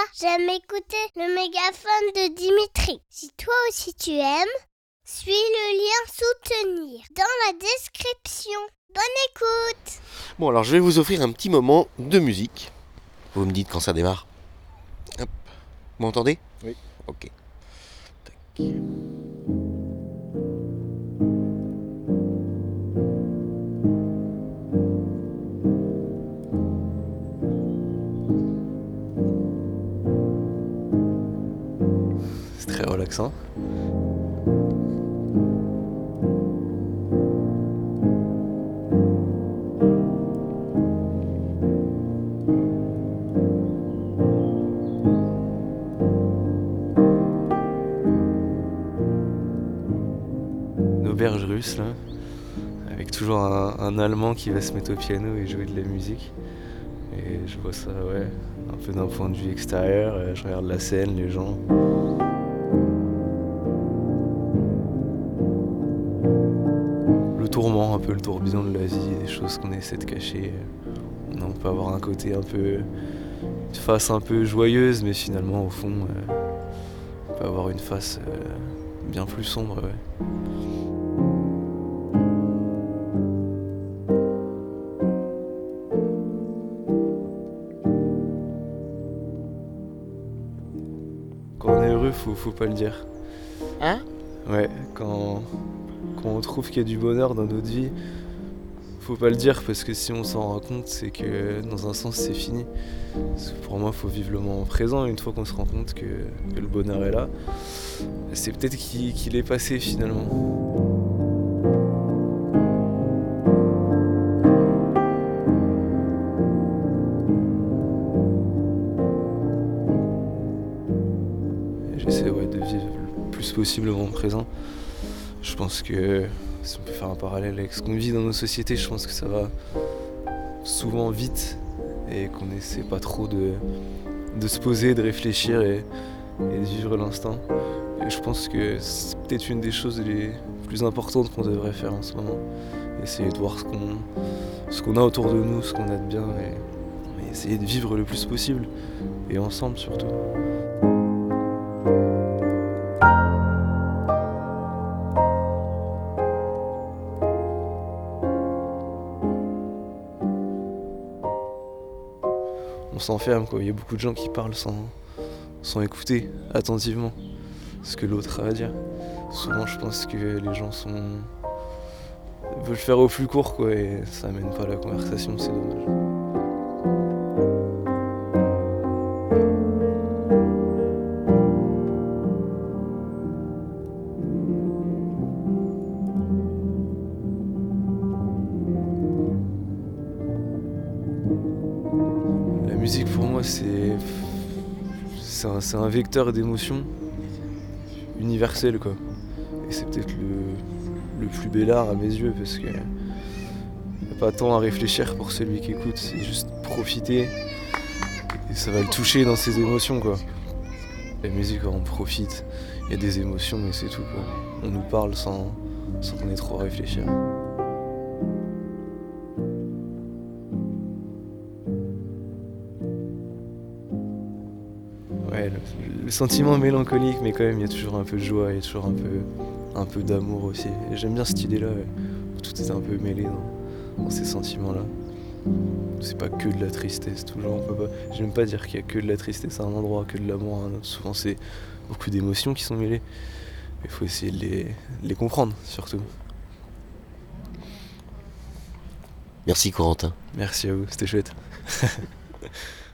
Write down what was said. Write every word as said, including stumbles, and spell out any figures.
j'aime écouter le mégaphone de Dimitri. Si toi aussi tu aimes, suis le lien soutenir dans la description. Bonne écoute. Bon, alors je vais vous offrir un petit moment de musique. Vous me dites quand ça démarre. Hop. Vous m'entendez ? Oui. Ok. Tac. C'est très relaxant. Une auberge russe là, avec toujours un, un Allemand qui va se mettre au piano et jouer de la musique. Et je vois ça, ouais, un peu d'un point de vue extérieur. euh, Je regarde la scène, les gens. Le tourment, un peu le tourbillon de la vie, des choses qu'on essaie de cacher. On peut avoir un côté un peu, une face un peu joyeuse, mais finalement au fond, euh, on peut avoir une face euh, bien plus sombre. Ouais. Quand on est heureux, faut, faut pas le dire. Hein ? Ouais, quand, quand on trouve qu'il y a du bonheur dans notre vie, faut pas le dire parce que si on s'en rend compte, c'est que dans un sens c'est fini. Parce que pour moi, faut vivre le moment présent. Et une fois qu'on se rend compte que, que le bonheur est là, c'est peut-être qu'il, qu'il est passé finalement. Et j'essaie ouais, de vivre le plus possible le moment présent. Je pense que si on peut faire un parallèle avec ce qu'on vit dans nos sociétés, je pense que ça va souvent vite et qu'on n'essaie pas trop de, de se poser, de réfléchir et, et de vivre l'instant. Et je pense que c'est peut-être une des choses les plus importantes qu'on devrait faire en ce moment. Essayer de voir ce qu'on, ce qu'on a autour de nous, ce qu'on a de bien et, et essayer de vivre le plus possible et ensemble surtout. On s'enferme quoi, il y a beaucoup de gens qui parlent sans, sans écouter attentivement ce que l'autre a à dire. Souvent je pense que les gens sont veulent faire au plus court quoi et ça amène pas la conversation, c'est dommage. La musique pour moi c'est c'est un, c'est un vecteur d'émotion universel quoi. Et c'est peut-être le, le plus bel art à mes yeux parce que y a pas tant à réfléchir pour celui qui écoute, c'est juste profiter et ça va le toucher dans ses émotions quoi. La musique on profite, il y a des émotions et c'est tout quoi. On nous parle sans, sans qu'on ait trop à réfléchir. Ouais, le, le sentiment mélancolique, mais quand même, il y a toujours un peu de joie, il y a toujours un peu, un peu d'amour aussi. Et j'aime bien cette idée-là, ouais, où tout est un peu mêlé dans, dans ces sentiments-là. C'est pas que de la tristesse, toujours, on peut pas... J'aime pas dire qu'il y a que de la tristesse à un endroit, que de l'amour à un autre. Souvent, c'est beaucoup d'émotions qui sont mêlées. Il faut essayer de les, de les comprendre, surtout. Merci Corentin. Merci à vous, c'était chouette.